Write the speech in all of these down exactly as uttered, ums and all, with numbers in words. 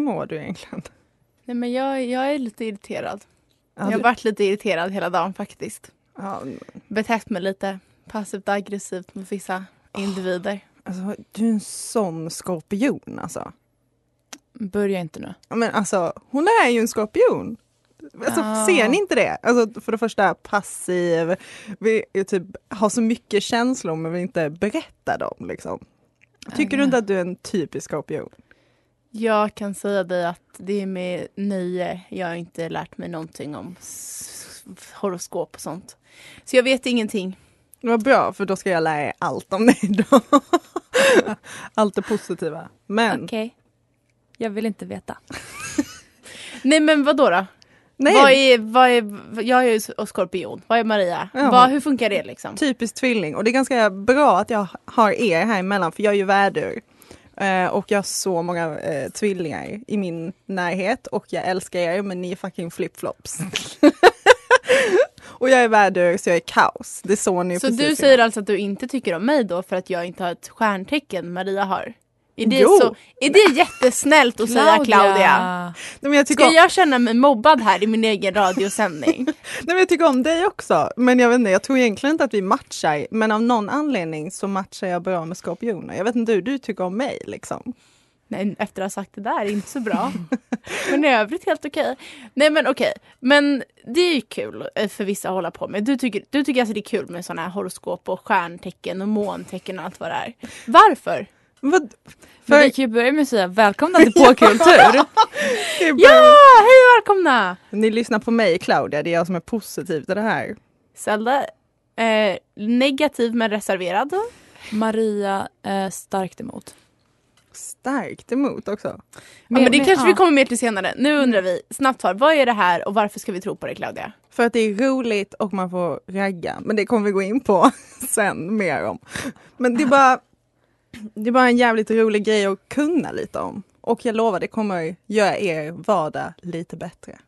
mår du egentligen? Nej, men jag, jag är lite irriterad. Ja, jag har du... varit lite irriterad hela dagen faktiskt. Ja. Betett mig lite passivt aggressivt mot vissa individer. Alltså, du är en sån skorpion alltså. Börja inte nu. Men alltså, hon är ju en skorpion. Alltså, ah. Ser ni inte det? Alltså, för det första passiv. Vi är typ, har så mycket känslor men vill inte berätta dem. Liksom. Tycker okay. du inte att du är en typisk skorpion? Jag kan säga dig att det är med nöje. Jag har inte lärt mig någonting om horoskop och sånt. Så jag vet ingenting. Det var bra, för då ska jag lära er allt om dig då. Allt det positiva. Men... Okej. Okay. Jag vill inte veta. Nej, men vad då då? Nej. Vad är, vad är, jag är ju skorpion. Vad är Maria? Ja. Vad, hur funkar det liksom? Typiskt tvilling. Och det är ganska bra att jag har er här emellan. För jag är ju värdur. Uh, och jag har så många uh, tvillingar i min närhet. Och jag älskar er, men ni är fucking flipflops. Och jag är värdur, så jag är kaos. Det är så ni är. Så du säger alltså att du inte tycker om mig då för att jag inte har ett stjärntecken Maria har? Är det, så, är det jättesnällt att Claudia. säga Claudia? Nej, men jag tycker Ska om... jag känna mig mobbad här i min egen radiosändning? Nej, men jag tycker om dig också. Men jag vet inte, jag tror egentligen inte att vi matchar. Men av någon anledning så matchar jag bra med skorpioner. Jag vet inte hur du tycker om mig liksom. Nej, efter att ha sagt det där är inte så bra. Men i övrigt helt okej. Nej, men okej. Men det är ju kul för vissa att hålla på med. Du tycker, du tycker alltså det är kul med sådana här horoskop och stjärntecken och måntecken och allt vad det är. Varför? Vad? För... Men vi kan ju börja med att säga välkomna till Påkultur. Ja, hej välkomna! Ni lyssnar på mig, Claudia. Det är jag som är positiv till det här. Zelda, eh, negativ men reserverad. Maria, eh, starkt emot. Starkt emot också. Men, ja, men det men, kanske ja. vi kommer mer till senare. Nu undrar vi, snabbt svar, vad är det här och varför ska vi tro på det, Claudia? För att det är roligt och man får ragga. Men det kommer vi gå in på sen mer om. Men det är bara... Det är bara en jävligt rolig grej att kunna lite om. Och jag lovar, det kommer göra er vardag lite bättre.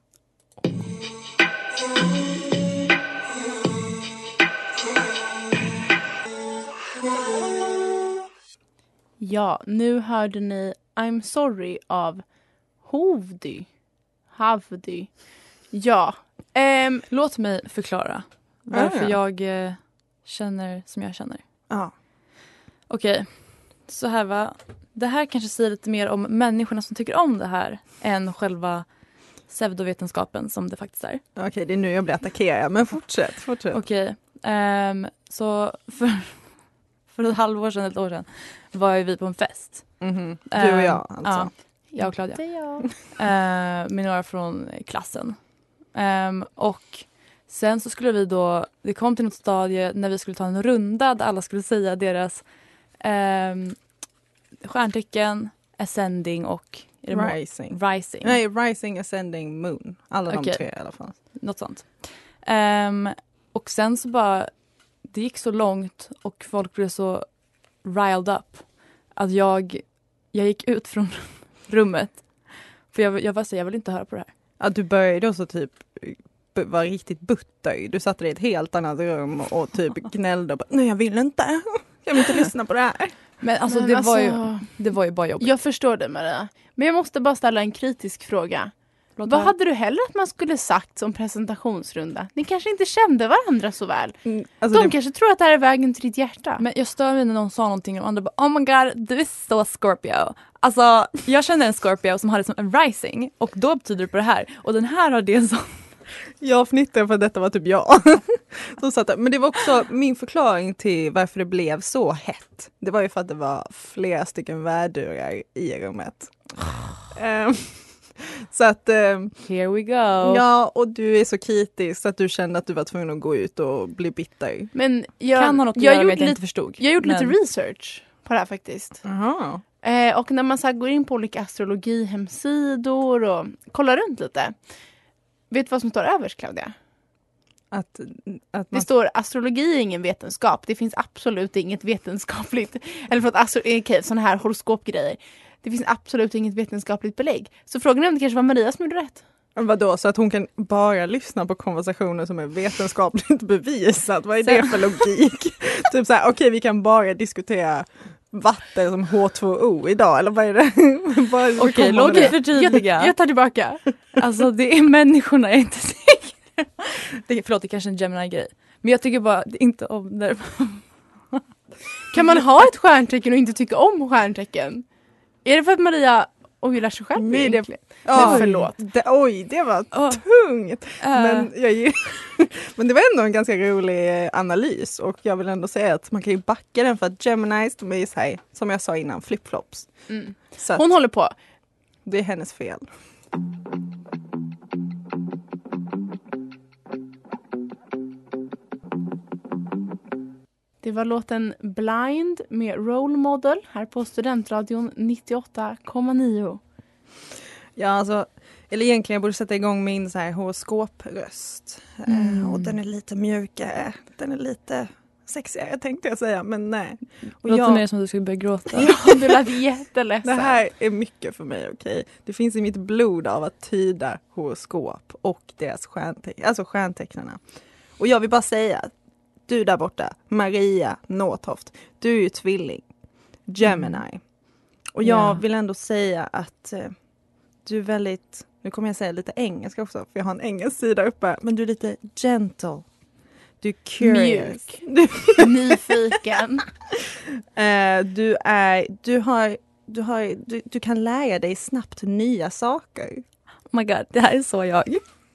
Ja, nu hörde ni I'm sorry av Hovdy. Havdy. Ja. Um, Låt mig förklara varför äh. jag eh, känner som jag känner. Ja. Okej. Okay. Så här va, det här kanske säger lite mer om människorna som tycker om det här än själva pseudovetenskapen som det faktiskt är. Okej, okay, det är nu jag blir attackerad, men fortsätt, fortsätt. Okej, okay. um, så för, för ett halvår sedan, ett år sedan var ju vi på en fest. Mm-hmm. Du och jag alltså. Ja, jag och Claudia. Det är jag. Uh, med några från klassen. Um, och sen så skulle vi då, det kom till något stadie när vi skulle ta en runda där alla skulle säga deras Um, stjärntecken, ascending och rising. rising. Nej, rising, ascending, moon. Alla okay. de tre i alla fall. Något sånt. Um, och sen så bara, det gick så långt och folk blev så riled up att jag, jag gick ut från rummet. För jag, jag var så, jag vill inte höra på det här. Ja, du började då så typ var riktigt butter. Du satt i ett helt annat rum och typ gnällde och bara, nej jag vill inte. Jag vill inte lyssna på det här. Men alltså, Men det, alltså var ju, det var ju bara jobbigt. Jag förstår det, Maria. Men jag måste bara ställa en kritisk fråga. Låt Vad här. hade du hellre att man skulle sagt som presentationsrunda? Ni kanske inte kände varandra så väl. Mm, alltså De det... kanske tror att det här är vägen till ditt hjärta. Men jag stör mig när någon sa någonting och andra bara, oh my god, du är så Scorpio. Alltså, jag kände en Scorpio som hade som en rising. Och då betyder det på det här. Och den här har det som... Jag fnittade för att detta var typ jag. Så satt, men det var också min förklaring till varför det blev så hett. Det var ju för att det var flera stycken värdurar i rummet. um, så att... Um, Here we go. Ja, och du är så kritisk så att du kände att du var tvungen att gå ut och bli bitter. Men jag, kan ha något att jag göra med att jag lite, inte förstod. Jag gjorde men... lite research på det här faktiskt. Aha. Eh, och när man så här går in på olika astrologihemsidor och kollar runt lite... Vet du vad som står överst, Claudia? Att, att man... Det står astrologi är ingen vetenskap. Det finns absolut inget vetenskapligt. Eller för att astro... okay, sådana här horoskopgrejer. Det finns absolut inget vetenskapligt belägg. Så frågan är om det kanske var Maria som gjorde rätt. Vadå? Så att hon kan bara lyssna på konversationer som är vetenskapligt bevisat? Vad är det för logik? Typ så här, okej okay, vi kan bara diskutera vatten som H två O idag, eller vad är det? Okej, okay, låt mig förtydliga. Jag, jag tar tillbaka. Alltså det är människorna jag är inte säker. Det är, förlåt, det är kanske en Gemini-grej. Men jag tycker bara inte om det. Kan man ha ett stjärntecken och inte tycka om stjärntecken? Är det för att Maria ogillar sig själv? Nej, det, ja, förlåt. Det, oj, det var oh. tungt. Uh. Men, jag, men det var ändå en ganska rolig analys. Och jag vill ändå säga att man kan ju backa den för att Geminis, de är ju så här, som jag sa innan, flip-flops. Mm. Så hon håller på. Det är hennes fel. Det var låten Blind med Role Model här på Studentradion nittioåtta komma nio. Ja, alltså, eller egentligen jag borde sätta igång min så här horoskopröst. Mm. Uh, och den är lite mjukare. Den är lite sexigare tänkte jag säga, men nej. Och låter jag... mer som att du skulle börja gråta. Ja, det lät jätteledsen. Det här är mycket för mig, okej. Okay? Det finns i mitt blod av att tyda horoskop och deras stjärntecknarna. Alltså stjärntecknarna. Och jag vill bara säga, du där borta, Maria Nåtoft, du är ju tvilling. Gemini. Mm. Och jag yeah. vill ändå säga att eh, du är väldigt, nu kommer jag säga lite engelska också, för jag har en engelsk sida uppe, men du är lite gentle. Du är curious. Mjuk. Nyfiken. uh, du är, du har, du har, du, du kan lära dig snabbt nya saker. Oh my god, det här är så jag.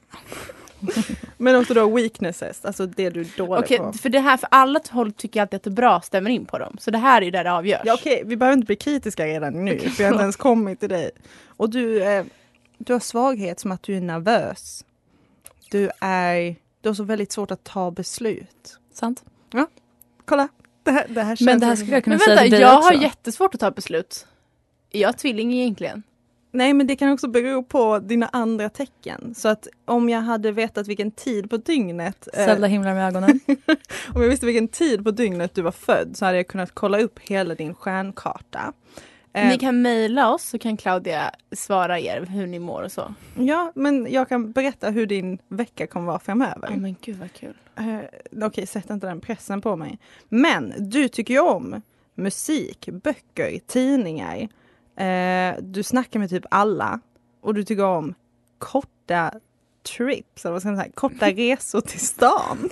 Men också då weaknesses, alltså det du är dålig okay, på. För det här, för alla håll tycker alltid att det är bra stämmer in på dem. Så det här är ju där det avgörs. Ja okej, okay. Vi behöver inte bli kritiska redan nu. Okay. För jag har inte ens kommit till dig. Och du, eh, du har svaghet som att du är nervös. Du är, du har så väldigt svårt att ta beslut. Sant? Ja, kolla. Det här, det här känns Men det här skulle jag kunna Men säga vänta, till dig jag också. har jättesvårt att ta beslut. Är jag tvilling egentligen? Nej, men det kan också bero på dina andra tecken. Så att om jag hade vetat vilken tid på dygnet... Zelda himlar med ögonen. Om jag visste vilken tid på dygnet du var född så hade jag kunnat kolla upp hela din stjärnkarta. Ni kan mejla oss så kan Claudia svara er hur ni mår och så. Ja, men jag kan berätta hur din vecka kommer vara framöver. Ja, men gud vad kul. Uh, Okej, okay, sätt inte den pressen på mig. Men du tycker ju om musik, böcker, tidningar. Uh, du snackar med typ alla. Och du tycker om korta trips, eller vad ska man säga, korta resor till stan.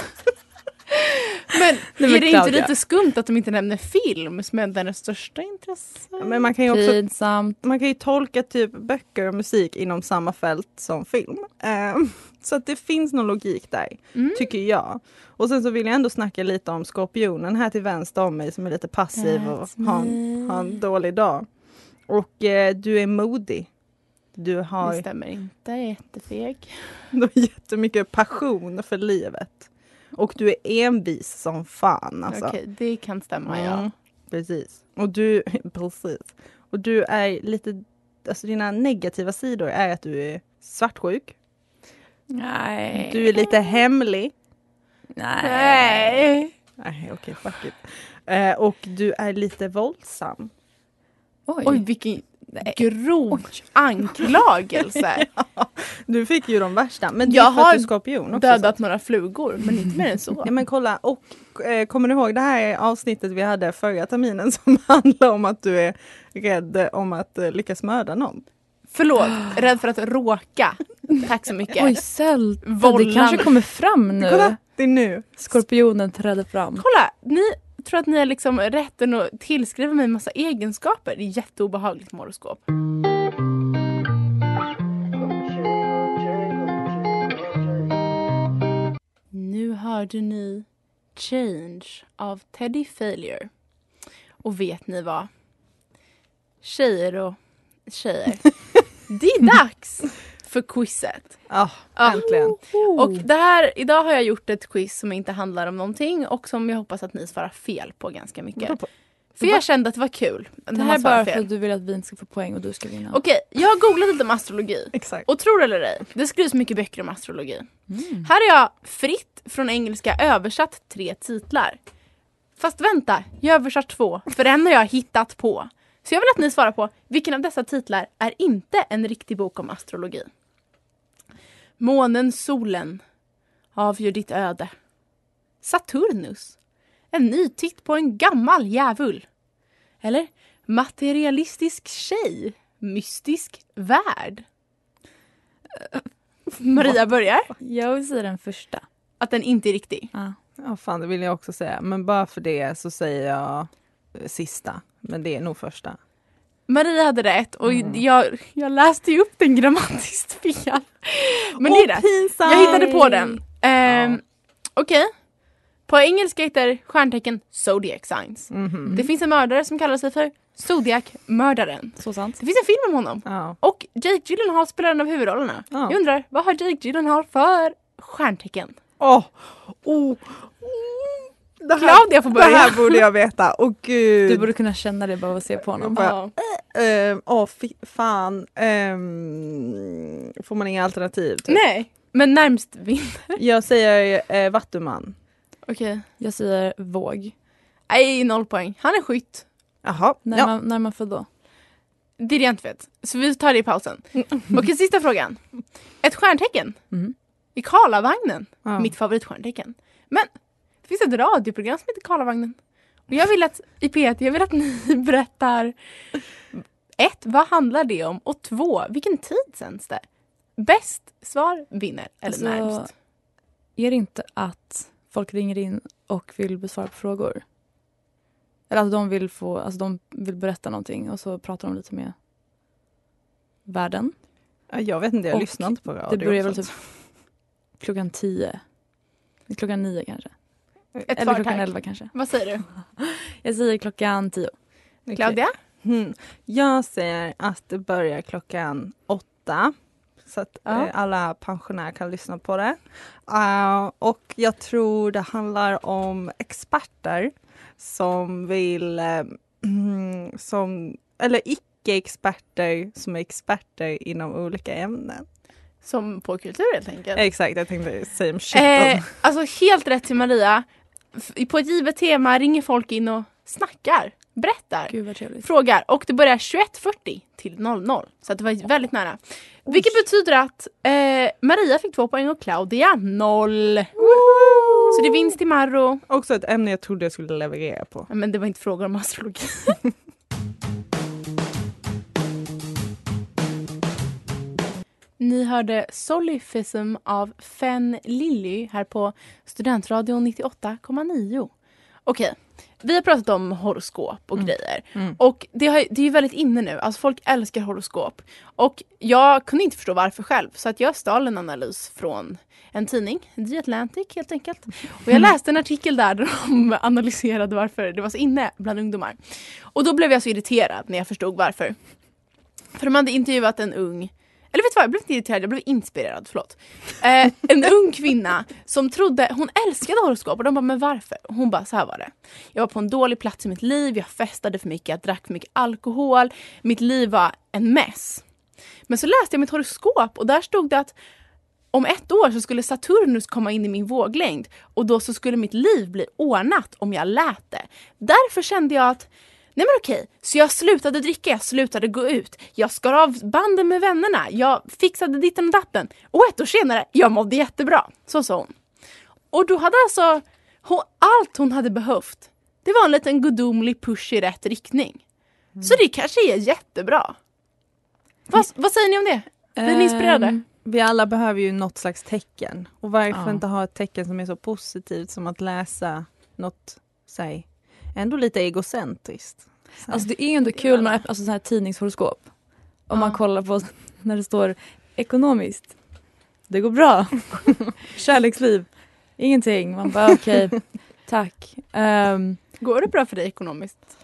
Men är det inte lite skumt att de inte nämner film som är den största intressen? Men man kan ju också Pinsamt. man kan ju tolka typ böcker och musik inom samma fält som film. Uh, så att det finns någon logik där, mm. tycker jag. Och sen så vill jag ändå snacka lite om skorpionen här till vänster om mig som är lite passiv That's och har en, har en dålig dag. Och eh, du är modig. Du har... Det stämmer inte, jättefeg. Du har jättemycket passion för livet. Och du är envis som fan. Alltså. Okej, det kan stämma, mm. ja. Precis. Och du, precis. Och du är lite, alltså dina negativa sidor är att du är svartsjuk. Nej. Du är lite hemlig. Nej. Nej, okej, okay, fuck it. Eh, och du är lite våldsam. Oj, Oj vilken Nej. grov Oj. anklagelse. Ja, du fick ju de värsta. Men jag har skorpion också, dödat så. några flugor, men inte mer än så. Ja, men kolla, och eh, kommer du ihåg det här avsnittet vi hade förra terminen som handlar om att du är rädd om att eh, lyckas mörda någon? Förlåt, rädd för att råka. Tack så mycket. Oj, Zelda, det kanske kommer fram nu. Kolla, det är nu. Skorpionen trädde fram. Kolla, ni tror att ni har liksom rätten att tillskriva mig en massa egenskaper. Det är jätteobehagligt horoskop. Nu hörde ni Change av Teddy Failure. Och vet ni vad? Tjejer och tjejer. Det är dags för quizet. Ja, oh, äntligen. Oh. Och det här, idag har jag gjort ett quiz som inte handlar om någonting och som jag hoppas att ni svarar fel på ganska mycket. På. För jag kände att det var kul. Det här är bara fel. För att du vill att vi ska få poäng och du ska vinna. Okej, jag har googlat lite om astrologi. Exakt. Och tror eller ej, det skrivs mycket böcker om astrologi. Mm. Här har jag fritt från engelska översatt tre titlar. Fast vänta, jag har översatt två. För en har jag hittat på. Så jag vill att ni svarar på vilken av dessa titlar är inte en riktig bok om astrologi. Månen, solen avgör ditt öde. Saturnus, en ny titt på en gammal djävul. Eller materialistisk tjej. Mystisk värld. Maria börjar. Jag vill säga den första. Att den inte är riktig. Ja. Ja, fan, det vill jag också säga. Men bara för det så säger jag eh, sista. Men det är nog första. Maria hade rätt och Mm. jag, jag läste ju upp den grammatiskt fel. Men Åh, det är rätt. pinsamt! Jag hittade på den. Ehm, Ja. Okej. På engelska heter stjärntecken zodiac signs. Mhm. Det finns en mördare som kallar sig för Zodiac-mördaren. Så sant. Det finns en film om honom. Ja. Och Jake Gyllenhaal spelar en av huvudrollerna. Ja. Jag undrar, vad har Jake Gyllenhaal för stjärntecken? Åh! Oh. Det här, Claudia får det börja. här borde jag veta. Åh gud. Du borde kunna känna det bara av att se på honom. bara- Ja. Ehm, Åh, fy fan. Ehm, får man inga alternativ? Typ? Nej, men närmst vinner. Jag säger eh, Vattuman. Okej. Jag säger våg. Nej, noll poäng. Han är skytt. Jaha. När, Ja. man, när man född då? Det är det jag inte vet. Så vi tar det i pausen. Okej, sista frågan. Ett stjärntecken Mm. i Karlavagnen. Ja. Mitt favoritstjärntecken. Men det finns ett radioprogram som heter Karlavagnen. Och jag vill att, i P ett, jag vill att ni berättar ett, vad handlar det om? Och två, vilken tid sänds det? Bäst svar vinner, eller Alltså, närmst. Är det inte att folk ringer in och vill besvara på frågor? Eller att de vill få, alltså de vill berätta någonting och så pratar de lite med världen. Ja, jag vet inte, jag Och lyssnar inte på radio. Det börjar väl så typ klockan tio. Klockan nio kanske. Ett Eller svar, klockan tack. elva kanske. Vad säger du? Jag säger klockan tio. Okej. Claudia? Mm. Jag säger att det börjar klockan åtta. Så att Ja. eh, alla pensionärer kan lyssna på det. Uh, och jag tror det handlar om experter som vill, eh, mm, som, eller icke-experter som är experter inom olika ämnen. Som på kultur helt enkelt. Exakt, jag tänkte säga om shit. Eh, alltså helt rätt till Maria. F- På ett givet tema ringer folk in och snackar, berättar, Gud vad trevligt. frågar. Och det börjar tjugoett fyrtio till noll noll. Så att det var väldigt nära. Vilket betyder att eh, Maria fick två poäng och Claudia noll. Så det är vinst till Marro. Också ett ämne jag trodde jag skulle leverera på. Men det var inte frågor om astrologi. Ni hörde Solipsism av Fen Lilly här på Studentradion nittioåtta komma nio. Okej, vi har pratat om horoskop och Mm. grejer. Mm. Och det, har, det är ju väldigt inne nu. Alltså folk älskar horoskop. Och jag kunde inte förstå varför själv. Så att jag stal en analys från en tidning, The Atlantic helt enkelt. Och jag läste en artikel där, där de analyserade varför det var så inne bland ungdomar. Och då blev jag så irriterad när jag förstod varför. För de hade intervjuat en ung, eller vet du vad, jag blev inte irriterad, jag blev inspirerad, förlåt. Eh, en ung kvinna som trodde, hon älskade horoskop och de bara, men varför? Och hon bara, så här var det. Jag var på en dålig plats i mitt liv, jag festade för mycket, jag drack för mycket alkohol. Mitt liv var en mess. Men så läste jag mitt horoskop och där stod det att om ett år så skulle Saturnus komma in i min våglängd och då så skulle mitt liv bli ordnat om jag lät det. Därför kände jag att nej men okej, så jag slutade dricka, jag slutade gå ut. Jag skar av banden med vännerna, jag fixade ditten och datten. Och ett år senare, jag mådde jättebra. Så sa hon. Och då hade alltså, hon, allt hon hade behövt, det var en liten gudomlig push i rätt riktning. Mm. Så det kanske är jättebra. Vad, vad säger ni om det? Blir ni inspirerade? Ehm, Vi alla behöver ju något slags tecken. Och varför Ja. inte ha ett tecken som är så positivt som att läsa något, säg, ändå lite egocentriskt. Så. Alltså det är ju ändå kul med alltså, sån här tidningshoroskop. Om man Ja. kollar på när det står ekonomiskt. Det går bra. Kärleksliv. Ingenting. Man bara okej, tack. Um, Går det bra för dig ekonomiskt?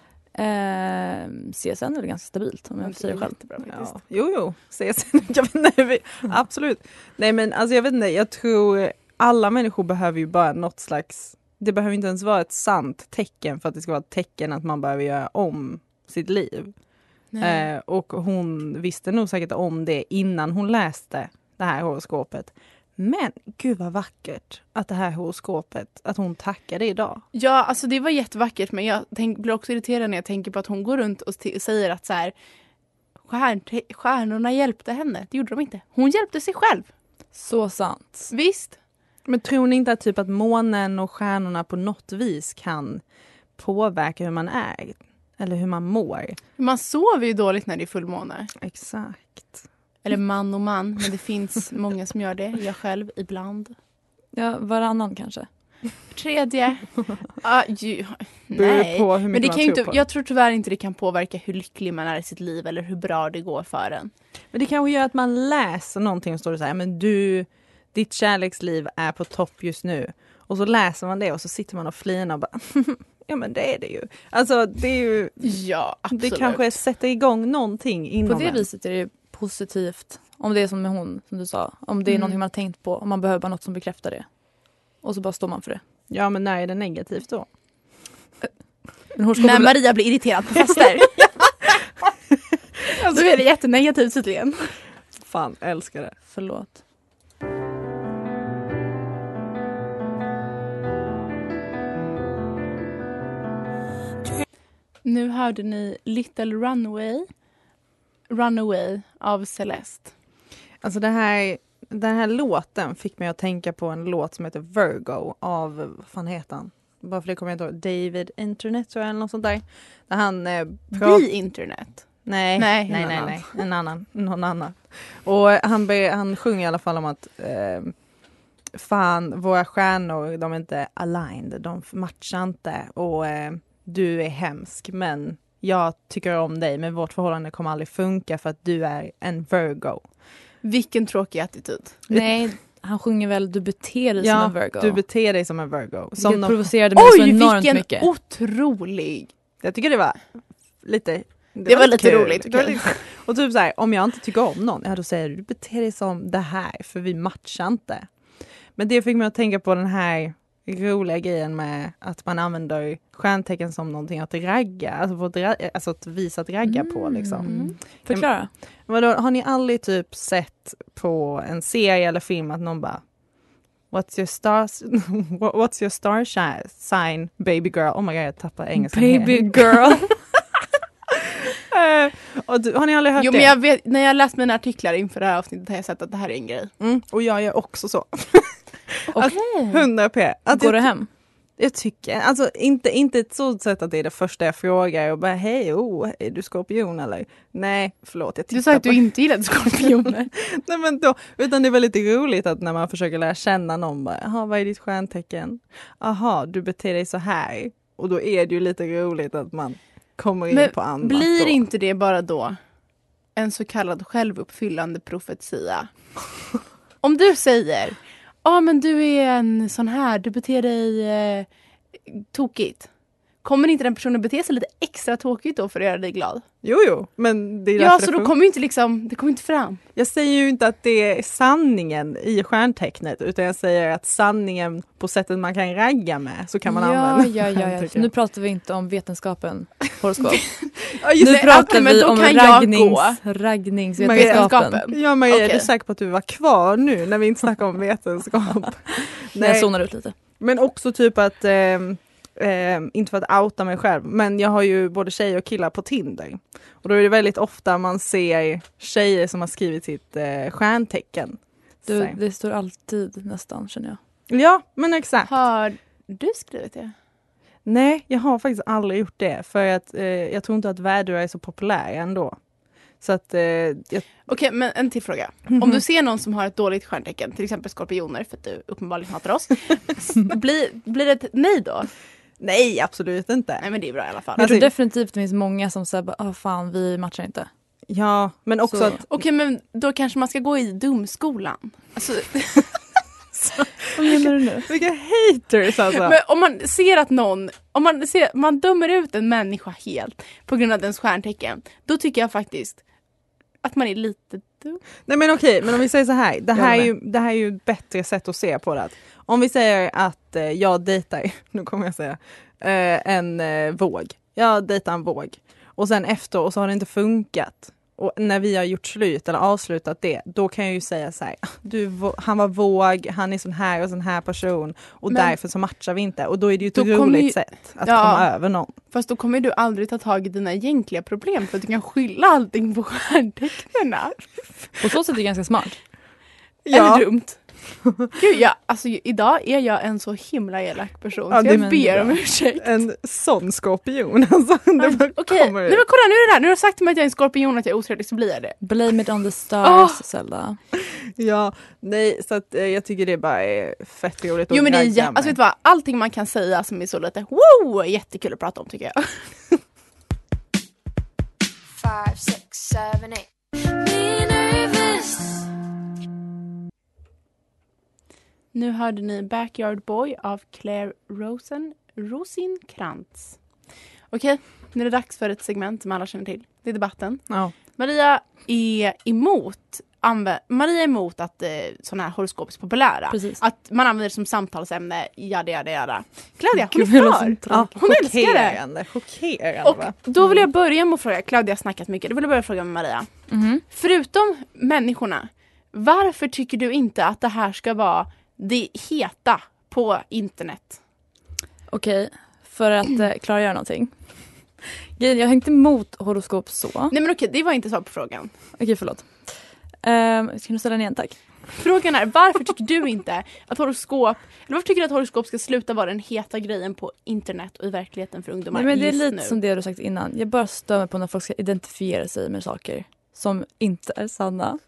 um, C S N är väl ganska stabilt om jag får säga det själv. Jättebra faktiskt. Ja. Jo, jo. Ses. Jag vet inte, vi, absolut. Nej, men alltså jag vet inte. Jag tror alla människor behöver ju bara något slags... Det behöver inte ens vara ett sant tecken för att det ska vara ett tecken att man behöver göra om sitt liv. Nej. Eh, och hon visste nog säkert om det innan hon läste det här horoskopet. Men gud vad vackert att det här horoskopet, att hon tackade idag. Ja, alltså det var jättevackert, men jag tänk, blir också irriterad när jag tänker på att hon går runt och t- säger att så här, stjärn, stjärnorna hjälpte henne. Det gjorde de inte. Hon hjälpte sig själv. Så sant. Visst? Men tror ni inte att, typ att månen och stjärnorna på något vis kan påverka hur man är? Eller hur man mår. Man sover ju dåligt när det är fullmåne. Exakt. Eller man och man, men det finns många som gör det. Jag själv ibland. Ja, varannan kanske. Tredje. Ah, ju, Beror nej, på hur mycket men det man kan ju tror inte, på. jag tror tyvärr inte det kan påverka hur lycklig man är i sitt liv eller hur bra det går för en. Men det kanske gör att man läser någonting och står det så här, men du, ditt kärleksliv är på topp just nu. Och så läser man det och så sitter man och flinar och bara, ja men det är det ju. Alltså det är ju, Ja, absolut. det kanske sätter igång någonting inom På det en. viset är det ju positivt. Om det är som med hon, som du sa. Om det är Mm. någonting man har tänkt på. Om man behöver bara något som bekräftar det. Och så bara står man för det. Ja men när är det negativt då? Men horoskop är När väl- Maria blir irriterad på fester. Då är det jättenegativt tydligen. Fan, älskar det. Förlåt. Nu hörde ni Little Runaway, Runaway av Celeste. Alltså det här, den här låten fick mig att tänka på en låt som heter Virgo av, vad fan heter han? Bara för det kommer jag inte ihåg. David Internet tror jag eller något sånt där. Där han eh, pratar... The Internet. Nej, Nej, nej, en nej, annan. nej, en annan, någon annan. Och han, be, han sjunger i alla fall om att eh, fan, våra stjärnor, de är inte aligned, de matchar inte och eh, du är hemsk, men jag tycker om dig, men vårt förhållande kommer aldrig funka för att du är en Virgo. Vilken tråkig attityd. Nej, han sjunger väl du beter dig Ja, som en Virgo. du beter dig som en Virgo. Som Vilket någon, provocerade mig så Oj, enormt vilken mycket. otrolig. jag tycker det var lite... Det var lite kul. roligt, Det var okej. lite- Och typ så här, om jag inte tycker om någon, ja då säger du, du beter dig som det här, för vi matchar inte. Men det fick mig att tänka på den här roliga grejen med att man använder stjärntecken som någonting att ragga, alltså, på att, ra- alltså att visa att ragga på liksom. Mm. Förklara. Vadå, har ni aldrig typ sett på en serie eller film att någon bara What's your star What's your star shi- sign, baby girl? Oh my god, jag tappar engelska. Baby girl. Eh, och du, har ni aldrig hört Jo, det? men jag vet, när jag läst mina artiklar inför det här avsnittet har jag sett att det här är en grej. Mm, och jag gör också så. Okej. hundra p. Att Går jag, det hem? jag tycker, alltså inte, inte ett sådant sätt att det är det första jag frågar och bara hej, oh, är du skorpion eller? Nej, förlåt, jag tittar Du sa att på du inte gillade skorpioner. Nej, men då, utan det är väldigt roligt att när man försöker lära känna någon, bara, jaha, vad är ditt stjärntecken? Aha, du beter dig så här. Och då är det ju lite roligt att man kommer in Men på annat. blir då. inte det bara då en så kallad självuppfyllande profetia? Om du säger, ja men du är en sån här, du beter dig eh, tokigt. Kommer inte den personen bete sig lite extra tokigt då för att göra dig glad? Jo, jo, men det är Ja, därför så det då funkar. kommer ju inte liksom, det kommer inte fram. Jag säger ju inte att det är sanningen i stjärntecknet, utan jag säger att sanningen på sättet man kan ragga med, så kan man ja, använda. ja, ja, ja. tycker Så nu jag. pratar vi inte om vetenskapen horoskop. Ja, just Nu det. pratar okej, men vi då om kan jag raggnings, gå. raggningsvetenskapen. Vetenskapen. Ja, Maria, är Okej. du säker på att du var kvar nu när vi inte snackar om vetenskap? Jag Nej, zonar ut lite. men också typ att, ehm, ehm, inte för att outa mig själv, men jag har ju både tjejer och killar på Tinder. Och då är det väldigt ofta man ser tjejer som har skrivit sitt eh, stjärntecken. Du, Så. det står alltid nästan, känner jag. Ja, men exakt. Har du skrivit det? Nej, jag har faktiskt aldrig gjort det, för att eh, jag tror inte att värdura är så populär ändå. Så att eh, jag, Okej, men en till fråga. Om du ser någon som har ett dåligt stjärntecken, till exempel skorpioner, för att du uppenbarligen hatar oss, blir, blir det ett nej då? nej, absolut inte. Nej, men det är bra i alla fall. Jag Alltså- tror definitivt det finns många som säger ah fan, vi matchar inte. Ja, men också Så- att Okej, men då kanske man ska gå i dumskolan. Alltså, Vad menar du nu? vilka haters alltså. men om man ser att någon, om man ser, man dömer ut en människa helt på grund av dens stjärntecken, då tycker jag faktiskt att man är lite dum. Nej men okej, men om vi säger så här. Det Jag här, är med. ju, det här är ju ett bättre sätt att se på det. Om vi säger att eh, jag dejtar, nu kommer jag säga, eh, en eh, våg. Jag dejtar en våg. Och sen efter, och så har det inte funkat. Och när vi har gjort slut eller avslutat det, då kan jag ju säga så här, du, vå- han var våg, han är sån här och sån här person. Och Men- därför så matchar vi inte. Och då är det ju ett Då kommer roligt ju- sätt att Ja. komma över någon. Fast då kommer du aldrig ta tag i dina egentliga problem, för att du kan skylla allting på stjärntecknen. På så sätt är det ganska smart. Eller dumt. Gud, ja, alltså idag är jag en så himla elak person. Ja, så det jag men ber bra. om ursäkt. En sån skorpion. Alltså, det bara Okej, kommer nej ut. men kolla nu är det där. Nu har du sagt till mig att jag är en skorpion, att jag är otrevlig, så blir jag det. Blame it on the stars, Åh! Zelda. Ja, nej, så att, eh, jag tycker det bara är fett roligt. Jo men det är ragga jä- med. alltså vet du vad, allting man kan säga som är så lite wow, är jättekul att prata om tycker jag. Five, six, seven, eight. Nu hörde ni Backyard Boy av Claire Rosen Rosenkrantz. Okej, nu är det dags för ett segment som alla känner till. Det är debatten. Ja. Maria är emot anvä- Maria är emot att eh, sådana här horoskop är så populära. Precis. Att man använder det som samtalsämne, jada jada jada. Claudia, hon Gud, jag är låter för. som Ja, Hon älskar det. chockerande, chockerande va? Och då vill jag börja med att fråga, Claudia har snackat mycket, då vill jag börja fråga med Maria. Mhm. Förutom människorna, varför tycker du inte att det här ska vara det heta på internet? Okej, för att eh, klargöra någonting. Grejen, jag har inte emot horoskop så. Okej, Nej men okej, det var inte svar på frågan. förlåt. Um, ska du ställa den igen, tack? Frågan är, varför tycker du inte att horoskop, eller varför tycker du att horoskop ska sluta vara den heta grejen på internet och i verkligheten för ungdomar Nej, men det är just lite nu? som det du sagt innan. Jag bara stör mig på när folk ska identifiera sig med saker som inte är sanna.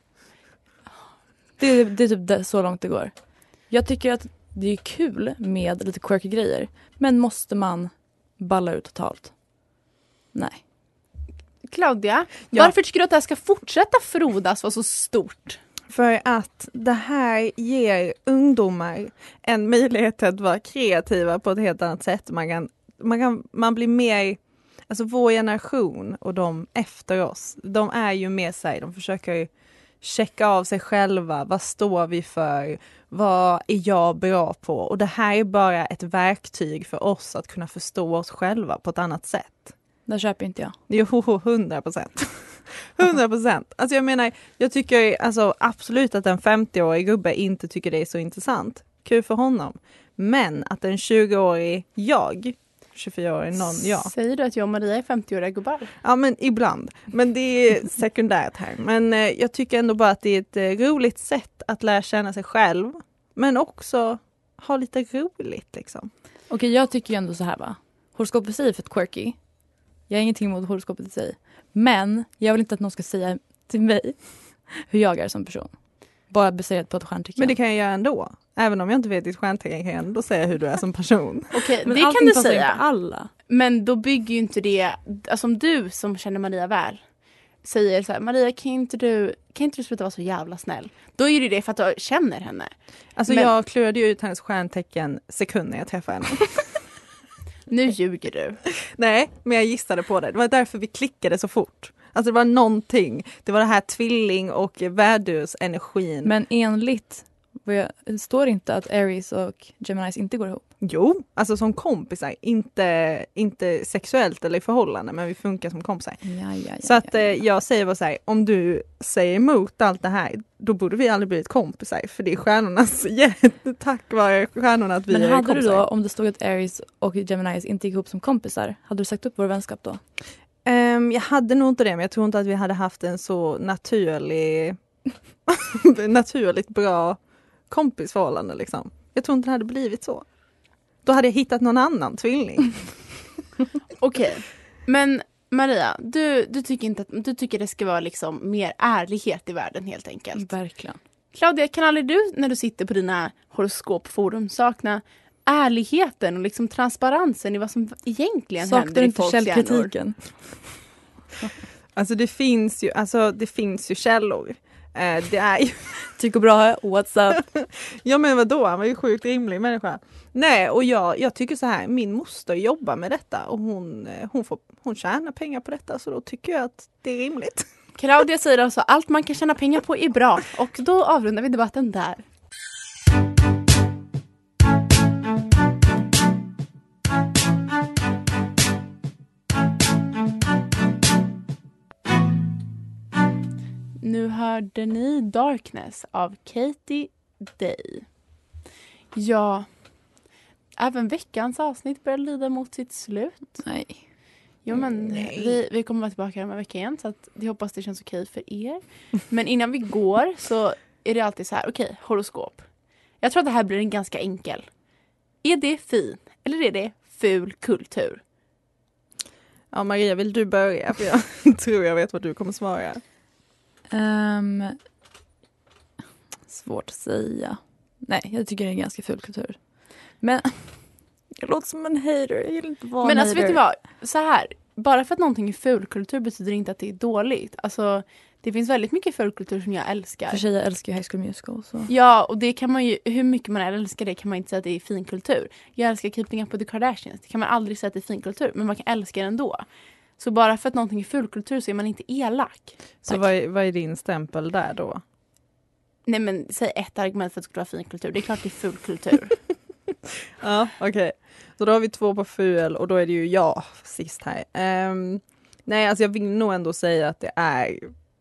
Det är, det är typ det, så långt det går. Jag tycker att det är kul med lite quirky grejer. Men måste man balla ut totalt? Nej. Claudia, Ja. varför tycker du att det här ska fortsätta frodas vara så stort? För att det här ger ungdomar en möjlighet att vara kreativa på ett helt annat sätt. Man kan, man kan man blir mer, alltså vår generation och de efter oss, de är ju mer sig, de försöker ju checka av sig själva, vad står vi för, vad är jag bra på? Och det här är bara ett verktyg för oss att kunna förstå oss själva på ett annat sätt. Det köper inte jag. Jo, hundra procent. Hundra procent. Alltså jag menar, jag tycker alltså absolut att en femtioårig gubbe inte tycker det är så intressant. Kul för honom. Men att en tjugoårig jag, tjugofyraårig någon jag. Säger du att jag och Maria är femtioåriga gubbar? Ja men ibland. Men det är sekundärt här. Men eh, jag tycker ändå bara att det är ett eh, roligt sätt att lära känna sig själv. Men också ha lite roligt liksom. Okej, jag tycker ju ändå så här va. Horoskopet i sig är för quirky. Jag har ingenting emot horoskopet i sig. Men jag vill inte att någon ska säga till mig hur jag är som person. Bara baserat på ett stjärntecken. Men det kan jag göra ändå. Även om jag inte vet ditt stjärntecken kan jag ändå säga hur du är som person. Okej, Men det kan allting du passar in säga. på alla. Men då bygger ju inte det, alltså om du som känner Maria väl säger så här, Maria kan inte du, kan inte du sluta vara så jävla snäll? Då är det det för att du känner henne. Alltså Men- jag klurade ju ut hennes stjärntecken sekunder jag träffade henne. Nu ljuger du. Nej, men jag gissade på det. Det var därför vi klickade så fort. Alltså det var någonting. Det var det här tvilling- och värdursenergin. Men enligt vad jag, det står inte att Aries och Geminis inte går ihop. Jo, alltså som kompisar. Inte, inte sexuellt eller i förhållande, men vi funkar som kompisar. Ja, ja, ja, Så att ja, eh, ja. jag säger bara så här, om du säger emot allt det här, då borde vi aldrig blivit kompisar. För det är stjärnornas, tack vare stjärnorna att vi Men är hade kompisar. du då, om det stod att Aries och Geminis inte gick ihop som kompisar, hade du sagt upp vår vänskap då? Um, jag hade nog inte det, men jag tror inte att vi hade haft en så naturlig naturligt bra kompisförhållande liksom. Jag tror inte det hade blivit så. Då hade jag hittat någon annan tvilling. Okej, men Maria, du, du, tycker inte att, du tycker det ska vara liksom mer ärlighet i världen helt enkelt. Verkligen. Claudia, kan aldrig du när du sitter på dina horoskopforum sakna ärligheten och liksom transparensen i vad som egentligen Saknar händer du i inte folks hjärnor? källkritiken? Alltså det finns ju, alltså det finns ju källor. Eh, det är ju... Tycker bra, what's up? Ja men vadå, han var ju sjukt rimlig människa. Nej, och jag, jag tycker så här, min moster jobbar med detta och hon, eh, hon, får, hon tjänar pengar på detta, så då tycker jag att det är rimligt. Claudia säger alltså allt man kan tjäna pengar på är bra. Och då avrundar vi debatten där. Nu hörde ni Darkness av Katie Day. Ja, även veckans avsnitt börjar lida mot sitt slut. Nej. Jo, men Nej. vi, vi kommer vara tillbaka om en vecka igen, så att jag hoppas det känns okej för er. Men innan vi går så är det alltid så här, okej, horoskop. Jag tror att det här blir en ganska enkel. Är det fin eller är det ful kultur? Ja, Maria, vill du börja? För jag tror jag vet vad du kommer svara. Um, svårt att säga. Nej, jag tycker det är ganska ful kultur. Men jag låter som en hater. Jag gillar inte vara Men en alltså vet hater. du vad? Så här, bara för att någonting är fulkultur betyder inte att det är dåligt. Alltså, det finns väldigt mycket fulkultur som jag älskar. För sig, jag älskar ju High School Musical. Så. Ja, och det kan man ju, hur mycket man älskar det kan man inte säga att det är fin kultur. Jag älskar Keeping Up with the Kardashians. Det kan man aldrig säga att det är fin kultur, men man kan älska det ändå. Så bara för att någonting är fulkultur så är man inte elak. Så vad är, vad är din stämpel där då? Nej, men säg ett argument för att det skulle vara fin kultur. Det är klart det är fulkultur. Ja, okej. Okay. Så då har vi två på ful och då är det ju jag sist här. Um, nej, alltså jag vill nog ändå säga att det är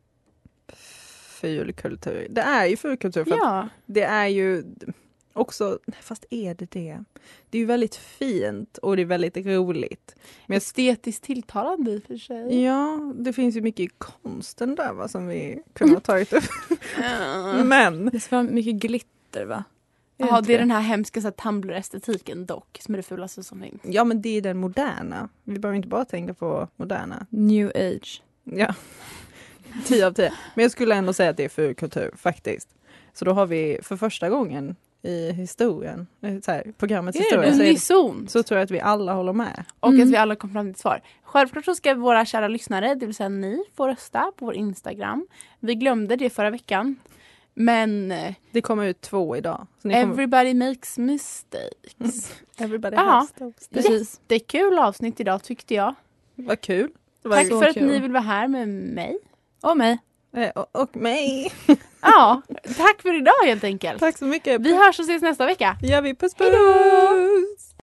ful kultur. Det är ju ful kultur för Ja. att det är ju också, fast är det det? Det är ju väldigt fint och det är väldigt roligt. Men jag, Estetiskt tilltalande i och för sig. ja, det finns ju mycket i konsten där va, som vi kunde ha tagit upp. Men Det ska vara mycket glitter, va? Ja, inte det är den här hemska så här, Tumblr-estetiken dock, som är det fulaste som finns. ja, men det är den moderna. Vi behöver inte bara tänka på moderna. New age. Ja, tio av tio. Men jag skulle ändå säga att det är ful kultur, faktiskt. Så då har vi för första gången i historien, så här, programmets Är historia, det så, är det, unison? så tror jag att vi alla håller med. Och Mm. att vi alla kom fram till ett svar. Självklart så ska våra kära lyssnare, det vill säga ni, få rösta på vår Instagram. Vi glömde det förra veckan. Men eh, Det kommer ut två idag. Så ni kommer, everybody makes mistakes. everybody Ja. has those days. Precis. Jättekul avsnitt idag tyckte jag. Vad kul. Det var Tack ju- så för att kul. ni vill vara här med mig. Och mig. Eh, och, och mig. Ja, tack för idag helt enkelt. Tack så mycket. Vi hörs och ses nästa vecka. Ja, vi puss puss. Hej då!